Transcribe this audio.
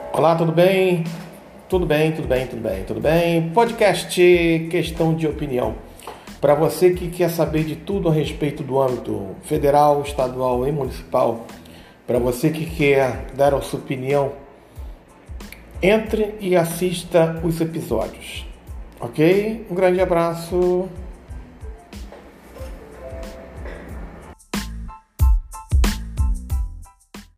Olá, tudo bem? Tudo bem, tudo bem, tudo bem, tudo bem. Podcast Questão de Opinião. Para você que quer saber de tudo a respeito do âmbito federal, estadual e municipal, para você que quer dar a sua opinião, entre e assista os episódios. Ok? Um grande abraço.